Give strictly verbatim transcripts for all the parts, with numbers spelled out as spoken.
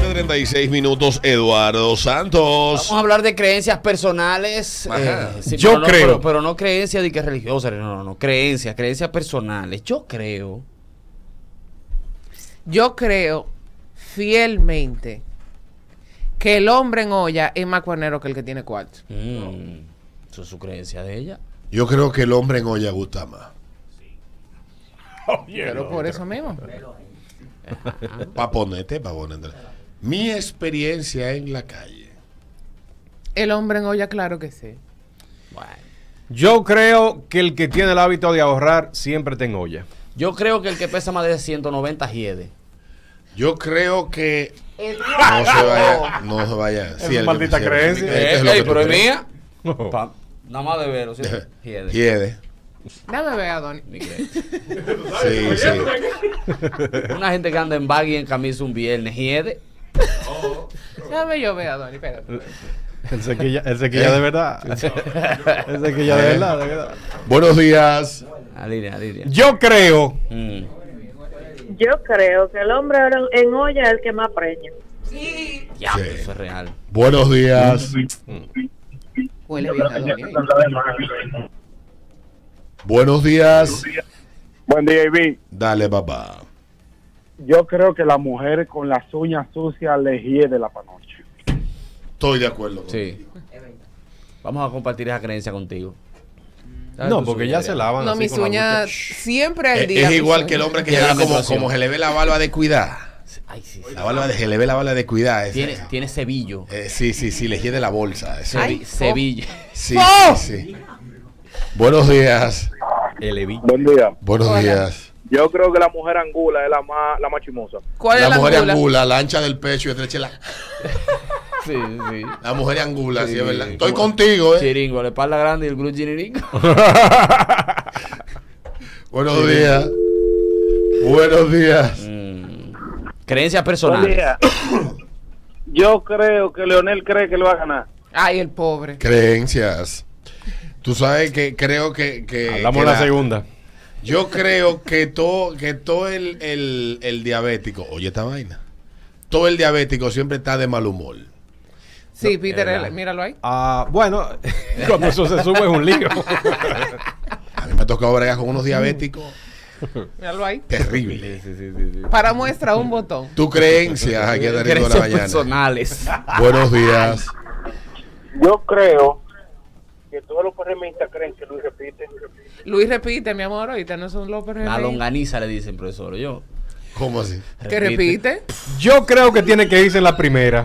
treinta y seis minutos, Eduardo Santos. Vamos a hablar de creencias personales. Eh, sí, Yo pero no, creo. Pero, pero no creencias de que religiosas, no, no, no. Creencias, creencias personales. Yo creo. Yo creo fielmente que el hombre en olla es más cuernero que el que tiene cuarto. Mm, eso es su creencia de ella. Yo creo que el hombre en olla gusta más. Pero por eso mismo. Pa' ponerte, pa' ponerte. Mi experiencia en la calle. El hombre en olla, claro que sí. Bueno. Yo creo que el que tiene el hábito de ahorrar siempre te olla. Yo creo que el que pesa más de ciento noventa hiede. Yo creo que no se vaya, no se vaya. Es una maldita creencia. Este es Eh, lo que ey, tú pero es crees. mía. No. Pa- nada más de ver, ¿sí? Hiede. Hiede. Dame ver a Donny. Ni crees. Sí, sí. Una gente que anda en baggy en camisa un viernes, hiede. Dame yo ver a Donny, espérate. El sequilla, el sequilla de verdad. El sequilla de verdad, de verdad. Buenos días. Aliria, Aliria. Yo creo. Mm. Yo creo que el hombre en olla es el que más preña. Ya, Sí. eso es real. Buenos días. Huele bien a Donny. ¿eh? Buenos días. Buen día, Ivy. Dale, papá. Yo creo que la mujer con las uñas sucias le hiede la panoche. Estoy de acuerdo. Sí. Vamos a compartir esa creencia contigo. No, porque ya se lavan. No, así mis con la uñas ducha. siempre al Es, día. es igual mis que el uñas. hombre que Tiene ya la como, menstruación. como se le ve la barba de cuidar. Ay, sí, sí. La barba de, se le ve la barba de cuidar. esa. Tiene, tiene cebillo. Eh, sí, sí, sí, le hiede la bolsa. Eso. Ay, Cebi- cebillo. Sí, ¡Oh! sí, sí. Buenos días. El Evi. Buen día. Buenos Hola. días. Yo creo que la mujer angula es la más, la más chimosa. ¿Cuál es La la mujer angula? angula, la ancha del pecho y estrecha la... Sí, sí. La mujer angula, sí, Sí, es verdad. sí. Estoy contigo, eh. Chiringo, la espalda grande y el glúteo chiriringo. Buenos días. Buenos días. Mm. Creencias Buen personales. día. Yo creo que Leonel cree que lo va a ganar. Ay, el pobre. Creencias. Tú sabes que creo que... que Hablamos que la segunda. Yo creo que todo, que todo el, el, el diabético... Oye, esta vaina. Todo el diabético siempre está de mal humor. Sí, No, Peter, es verdad. él- míralo ahí. Ah, bueno, cuando eso se sube es un lío. A mí me ha tocado bregar con unos diabéticos Míralo ahí. terribles. Sí, sí, sí, sí. Para muestra un botón. Tu creencias aquí a Ritmo de la Creencias mañana. personales. Buenos días. Yo creo que todos los PRMistas creen que Luis repite. Luis repite, mi amor, ahorita no son López. La longaniza le dicen, profesor. Yo. ¿Cómo así? ¿Que repite? Yo creo que tiene que irse en la primera.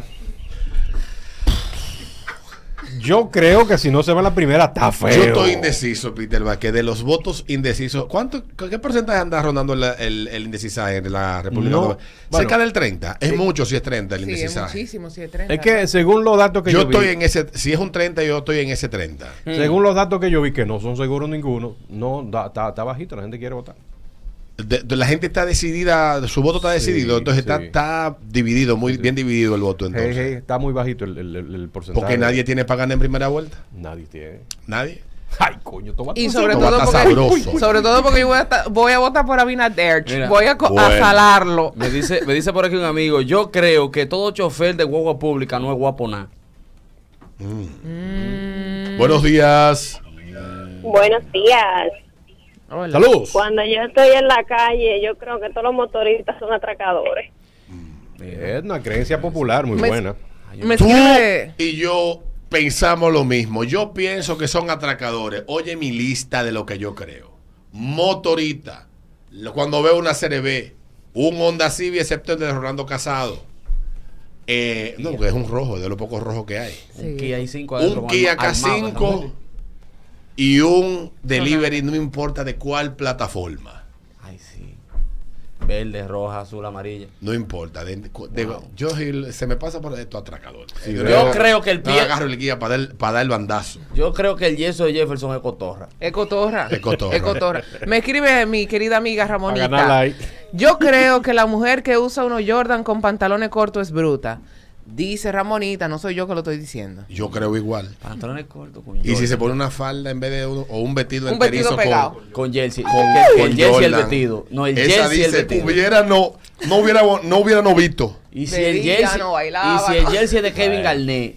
Yo creo que si no se va en la primera, está feo. Yo estoy indeciso, Peter, va, que de los votos indecisos, ¿cuánto, ¿qué porcentaje anda rondando el, el, el indecisaje en la República No, Dominicana? bueno. Cerca del treinta. Es mucho si es treinta el Sí, es indecisaje. muchísimo, sí, es treinta. Es que según los datos que yo yo, vi, estoy en ese, si es un treinta, yo estoy en ese treinta. según los datos que yo vi, que no son seguros ninguno, no da- está está bajito, la gente quiere votar. De- de- la gente está decidida, su voto está Sí, decidido, entonces está, sí. está dividido, muy bien dividido el voto entonces. Hey, hey, está muy bajito el, el- el- el porcentaje. Porque nadie tiene para ganar en primera vuelta. Nadie tiene. Nadie. Ay, coño, toma Y tu- sobre Esto va todo, a estar porque, sabroso. sobre todo porque yo voy a, estar- voy a votar por Abinader. Mira. Voy a, co- a Bueno. salarlo. Me dice, me dice por aquí un amigo, yo creo que todo chofer de guagua pública no es guapo nada. Mm, Buenos días. Buenos días. hola. Saludos. Cuando yo estoy en la calle, yo creo que todos los motoristas son atracadores. Es una creencia popular muy Me- buena. Me Tú escribe. y yo pensamos lo mismo. Yo pienso que son atracadores. Oye mi lista de lo que yo creo. Motorista. Lo- Cuando veo una C R B, un Honda Civic, excepto el de Rolando Casado. Eh, no, que es un rojo, de los pocos rojos que hay. Sí. Un Kia i cinco. Un Kia K cinco y un delivery, no importa de cuál plataforma. Ay, sí. Verde, roja, azul, amarilla. No importa. De- de- Wow. Yo Gil, se me pasa por esto atracador. Sí, Yo yo no- creo que el no pie- agarro el guía para dar, para dar el bandazo. Yo creo que el yeso de Jefferson es cotorra. Ecotorra. Ecotorra. Ecotorra. Me escribe mi querida amiga A ganar Ramonita. like. Yo creo que la mujer que usa unos Jordan con pantalones cortos es bruta. Dice Ramonita, no soy yo que lo estoy diciendo. Yo creo igual. Pantalones cortos con Y si Jordan. se pone una falda en vez de uno, o un vestido Un vestido enterizo pegado. con, Con jersey. con, Que- que con el jersey y el Jordan. vestido. No, el Esa jersey y el dice, vestido. hubiera no, no hubiera, no hubiera novito. Y si el Bebía, jersey, no bailaba, y si el no. jersey es de Kevin Garnett.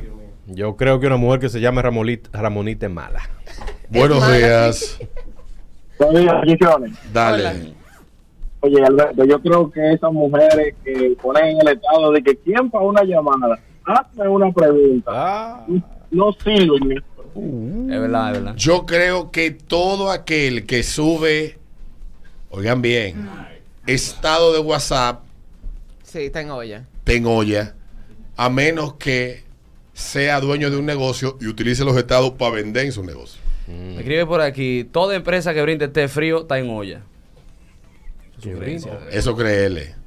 Yo creo que una mujer que se llame Ramonita, Ramonita es mala. Buenos mala, días. Buenos días, bendiciones. Dale. Hola. Oye, Alberto, yo creo que esas mujeres que ponen en el estado de que quién para una llamada, hazme una pregunta, Ah, no sirven. Es verdad, es verdad. Yo creo que todo aquel que sube, oigan bien, estado de WhatsApp, Sí, está en olla. ten olla, a menos que sea dueño de un negocio y utilice los estados para vender en su negocio. Me escribe por aquí, toda empresa que brinde té frío está en olla. Sugerencia. Eso créele.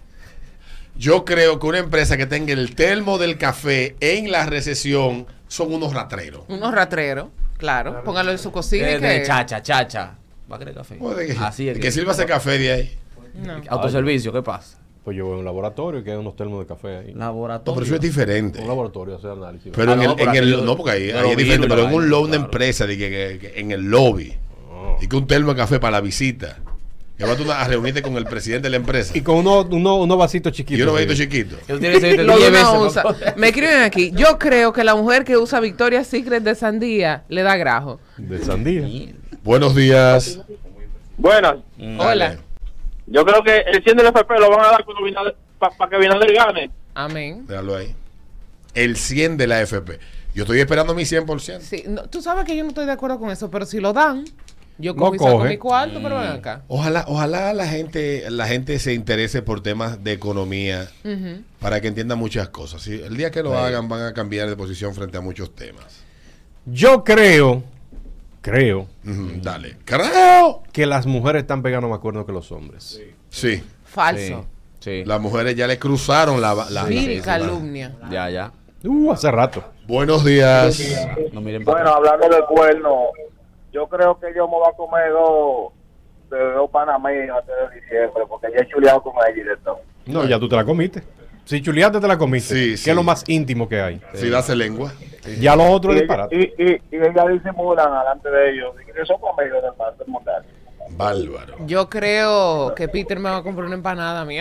Yo creo que una empresa que tenga el termo del café en la recesión son unos ratreros. Unos ratreros, claro. Póngalo en su cocina De, y de que... chacha, chacha. ¿Va a querer café? Joder, que- Así es. que sirva ese café de ahí. No. Autoservicio, ¿qué pasa? pues yo voy a un laboratorio que hay unos termos de café ahí. No, Laboratorio. pero eso es diferente. Un laboratorio hacer análisis. Pero Ah, en no, el, por en el- aquello- no, porque ahí, de ahí los es diferente, virus, pero en la un vaina, loan de claro. empresa, de que, que- que en el lobby, Oh. y que un termo de café para la visita. Que vas tú a reunirte con el presidente de la empresa. Y con unos uno, uno vasitos chiquitos. Y unos ahí. vasitos chiquitos. Que tú tienes que irte Lo diez de una veces, onza. papá. Me escriben aquí. Yo creo que la mujer que usa Victoria's Secret de sandía le da grajo. De sandía. Buenos días. Buenas. Mm. Hola. Yo creo que el cien del F P lo van a dar para que Binader gane. Amén. Déjalo ahí. El cien de la F P. Yo estoy esperando mi cien por ciento. Sí, no, tú sabes que yo no estoy de acuerdo con eso, pero si lo dan, yo Lo cojo y saco coge. mi cuarto, pero ven acá. Ojalá, ojalá la gente, la gente se interese por temas de economía Ujú. para que entiendan muchas cosas. ¿Sí? El día que lo hagan van a cambiar de posición frente a muchos temas. Yo creo, creo, Ujú, dale. Creo. que las mujeres están pegando más cuernos que los hombres. Sí. Falso. Sí. Las mujeres ya le cruzaron la... la, Vil la- la- calumnia. Ya, ya. Uh, hace rato. Buenos días. No miren para Bueno, hablando del cuerno, yo creo que yo me voy a comer dos, de dos panameños antes de diciembre, porque ya he chuleado con ella directo. No, ya tú te la comiste. Si chuleaste, te la comiste. Sí, que sí. es lo más íntimo que hay. Si hace lengua. Ya lo otro Y, es ella- disparate. y, y, y ellas disimulan delante de ellos, y que son amigos del mar del mundial. Bárbaro. Yo creo que Peter me va a comprar una empanada mía.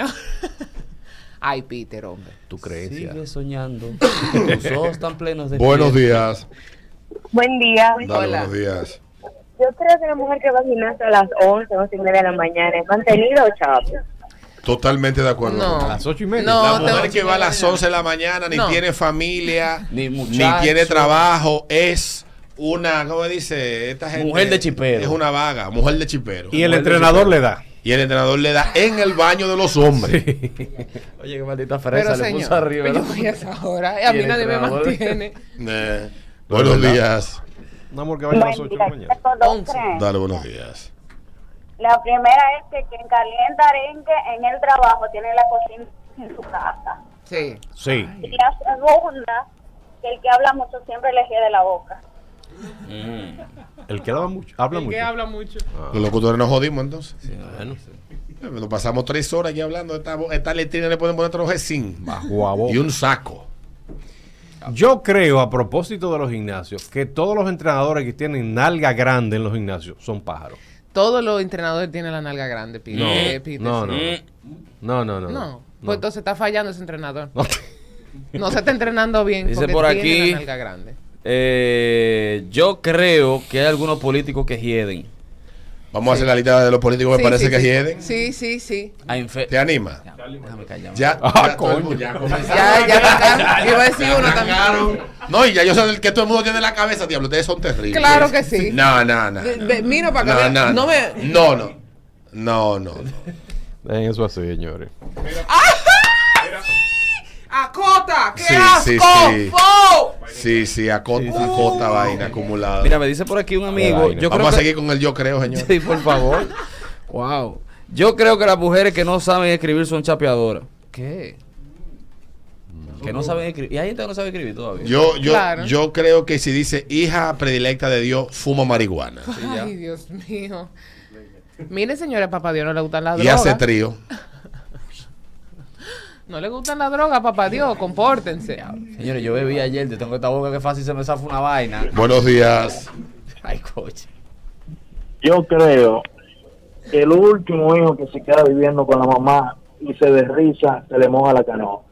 Ay, Peter, hombre. Tu creencia. Sigue soñando. Tus ojos están plenos de Buenos piel. días. Buen día. Dale, Hola. buenos días. Yo creo que la mujer que va al gimnasio a las once, once y media de la mañana es mantenida o chapa. Totalmente de acuerdo. No. A las ocho y media. No, La tengo mujer que va a las mañana. once de la mañana, ni No. tiene familia, Ni ni muchacho. tiene trabajo, es una, ¿cómo dice? Esta gente, Mujer de chipero. Es una vaga, mujer de chipero. Y el Mujer de entrenador chipero. le da. Y el entrenador le da en el baño de los hombres. Oye, qué maldita fresa Pero le puso señor, arriba. yo ¿no? voy a esa hora. y A Y mí el nadie me entrenador. mantiene. Eh, buenos ¿verdad? días. Un amor que vaya a las Buen ocho de la día. mañana. Tengo dos Once. creencias. Dale, buenos días. La primera es que quien calienta arenque en el trabajo tiene la cocina en su casa. Sí. Sí. Y la segunda, que el que habla mucho siempre le de la boca. El que habla mucho. Habla El mucho. que habla mucho. Los locutores nos jodimos entonces. Bueno, Eh, Nos pasamos tres horas aquí hablando. Esta, esta letrina le pueden poner otro sin bajo a boca. y un saco. Yo creo, a propósito de los gimnasios, que todos los entrenadores que tienen nalga grande en los gimnasios son pájaros. Todos los entrenadores tienen la nalga grande, Peter. No, Eh, Peter, no, no. sí. No, no, no. No. no. Pues entonces está fallando ese entrenador. No. No se está entrenando bien. Dice porque por tiene aquí- la nalga grande. Eh, yo creo que hay algunos políticos que hieden. Vamos a hacer la lista de los políticos que Sí, parece sí, que sí. hieden. Sí, sí, sí. A infe- ¿Te anima? Ya, déjame callar. Ya, Ah, ya, todo el mundo- coño. ya comenzaron. Ya, ya arrancaron. Iba a decir uno también. Arrancaron. No, y ya yo sé el que todo el mundo tiene en la cabeza, diablo. Ustedes son terribles. Claro que sí. No, no, no. Ve- no. ve- mira para No, acá. no, No me- no, no. No, no, no. Dejen eso así, señores. ¡Acota! ¡Qué Sí, asco! sí, sí. ¡Fo! Sí, sí, acota, acota vaina acumulada. Mira, me dice por aquí un amigo. vaina. Yo creo Vamos a que- seguir con el yo creo, señor. Sí, por favor. Wow. Yo creo que las mujeres que no saben escribir son chapeadoras. ¿Qué? Que no saben escribir. Y hay gente que no sabe escribir todavía. Yo, yo, Claro. yo creo que si dice hija predilecta de Dios, fuma marihuana. ya. Ay, Dios mío. Mire, señores, papá Dios no le gustan las Y hace drogas. trío. No le gustan las drogas, papá Dios. Compórtense. Señores, yo bebí ayer. Te tengo esta boca que fácil se me zafa una vaina. Buenos días. Ay, coche. Yo creo que el último hijo que se queda viviendo con la mamá y se desriza, se le moja la canoa.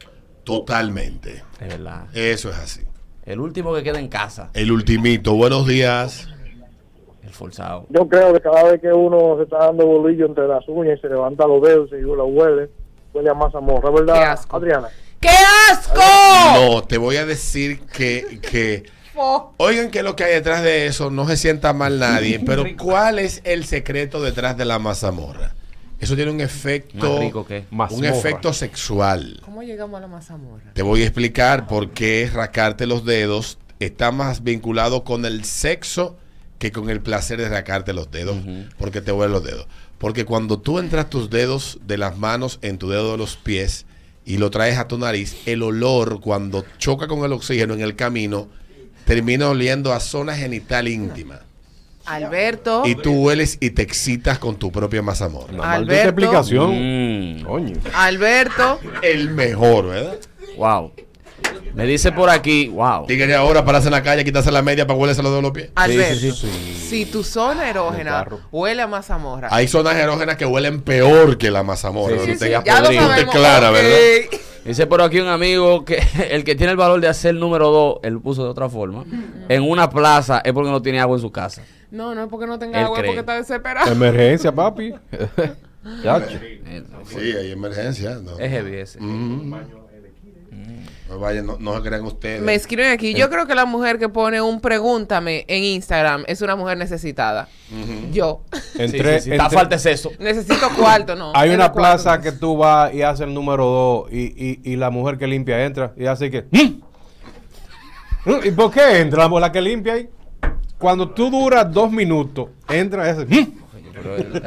Totalmente. Es verdad. Eso es así. El último que queda en casa, El ultimito. Buenos días. el forzado. Yo creo que cada vez que uno se está dando bolillo entre las uñas y se levanta los dedos y lo huele, huele a mazamorra, ¿verdad, Qué asco. Adriana? ¡Qué asco! No, te voy a decir que, que oigan que lo que hay detrás de eso, no se sienta mal nadie, pero ¿cuál es el secreto detrás de la mazamorra? Eso tiene un efecto, Más rico que un mazmorra. efecto sexual. ¿Cómo llegamos a la mazamorra? Te voy a explicar por qué rascarte los dedos está más vinculado con el sexo que con el placer de rascarte los dedos, Ujú. porque te huelen los dedos. Porque cuando tú entras tus dedos de las manos en tu dedo de los pies y lo traes a tu nariz, el olor cuando choca con el oxígeno en el camino termina oliendo a zona genital íntima. Alberto. Y tú hueles y te excitas con tu propia mazamorra. Una maldita Alberto. explicación. Mm, Coño. Alberto. El mejor, ¿verdad? wow. Me dice por aquí, wow. Tigre ahora pararse en la calle, quitarse la media para huelerse los dedos de los pies. Alberto. sí, sí, Si tu zona erógena carro. huele a mazamorra. Hay zonas erógenas que huelen peor que la mazamorra. Sí, no sí, te sí, hagas ya lo podrido. Tú te sabemos. clara, Ok. ¿verdad? Dice por aquí un amigo que el que tiene el valor de hacer el número dos, él puso de otra forma, en una plaza es porque no tiene agua en su casa. No, no es porque no tenga Él agua, es cree. porque está desesperado. Emergencia, papi. Chacho. Eh, Sí, hay emergencia. No, Es heavy ese. Mm. No vayan, no, no se crean ustedes. Me escriben aquí. Yo creo que la mujer que pone un pregúntame en Instagram es una mujer necesitada. Yo. Entre, sí, sí, está entre- falta es eso. Necesito cuarto, ¿no? hay Es una de cuarto, plaza no. que tú vas y haces el número dos y, y, y la mujer que limpia entra y hace que... "Mm". ¿Y por qué entra la que limpia ahí? Cuando tú duras dos minutos, entra y hace... "Mm". Pero él-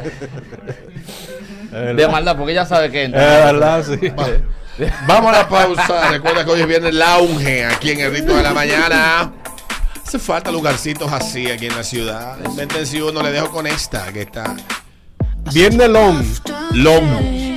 Es de maldad, porque ella sabe que Es entra. verdad, sí. Vamos a la pausa. Recuerda que hoy viene el lounge aquí en el ritmo de la mañana. Hace falta lugarcitos así aquí en la ciudad. Invéntense uno, le dejo con esta que está Viene long. long.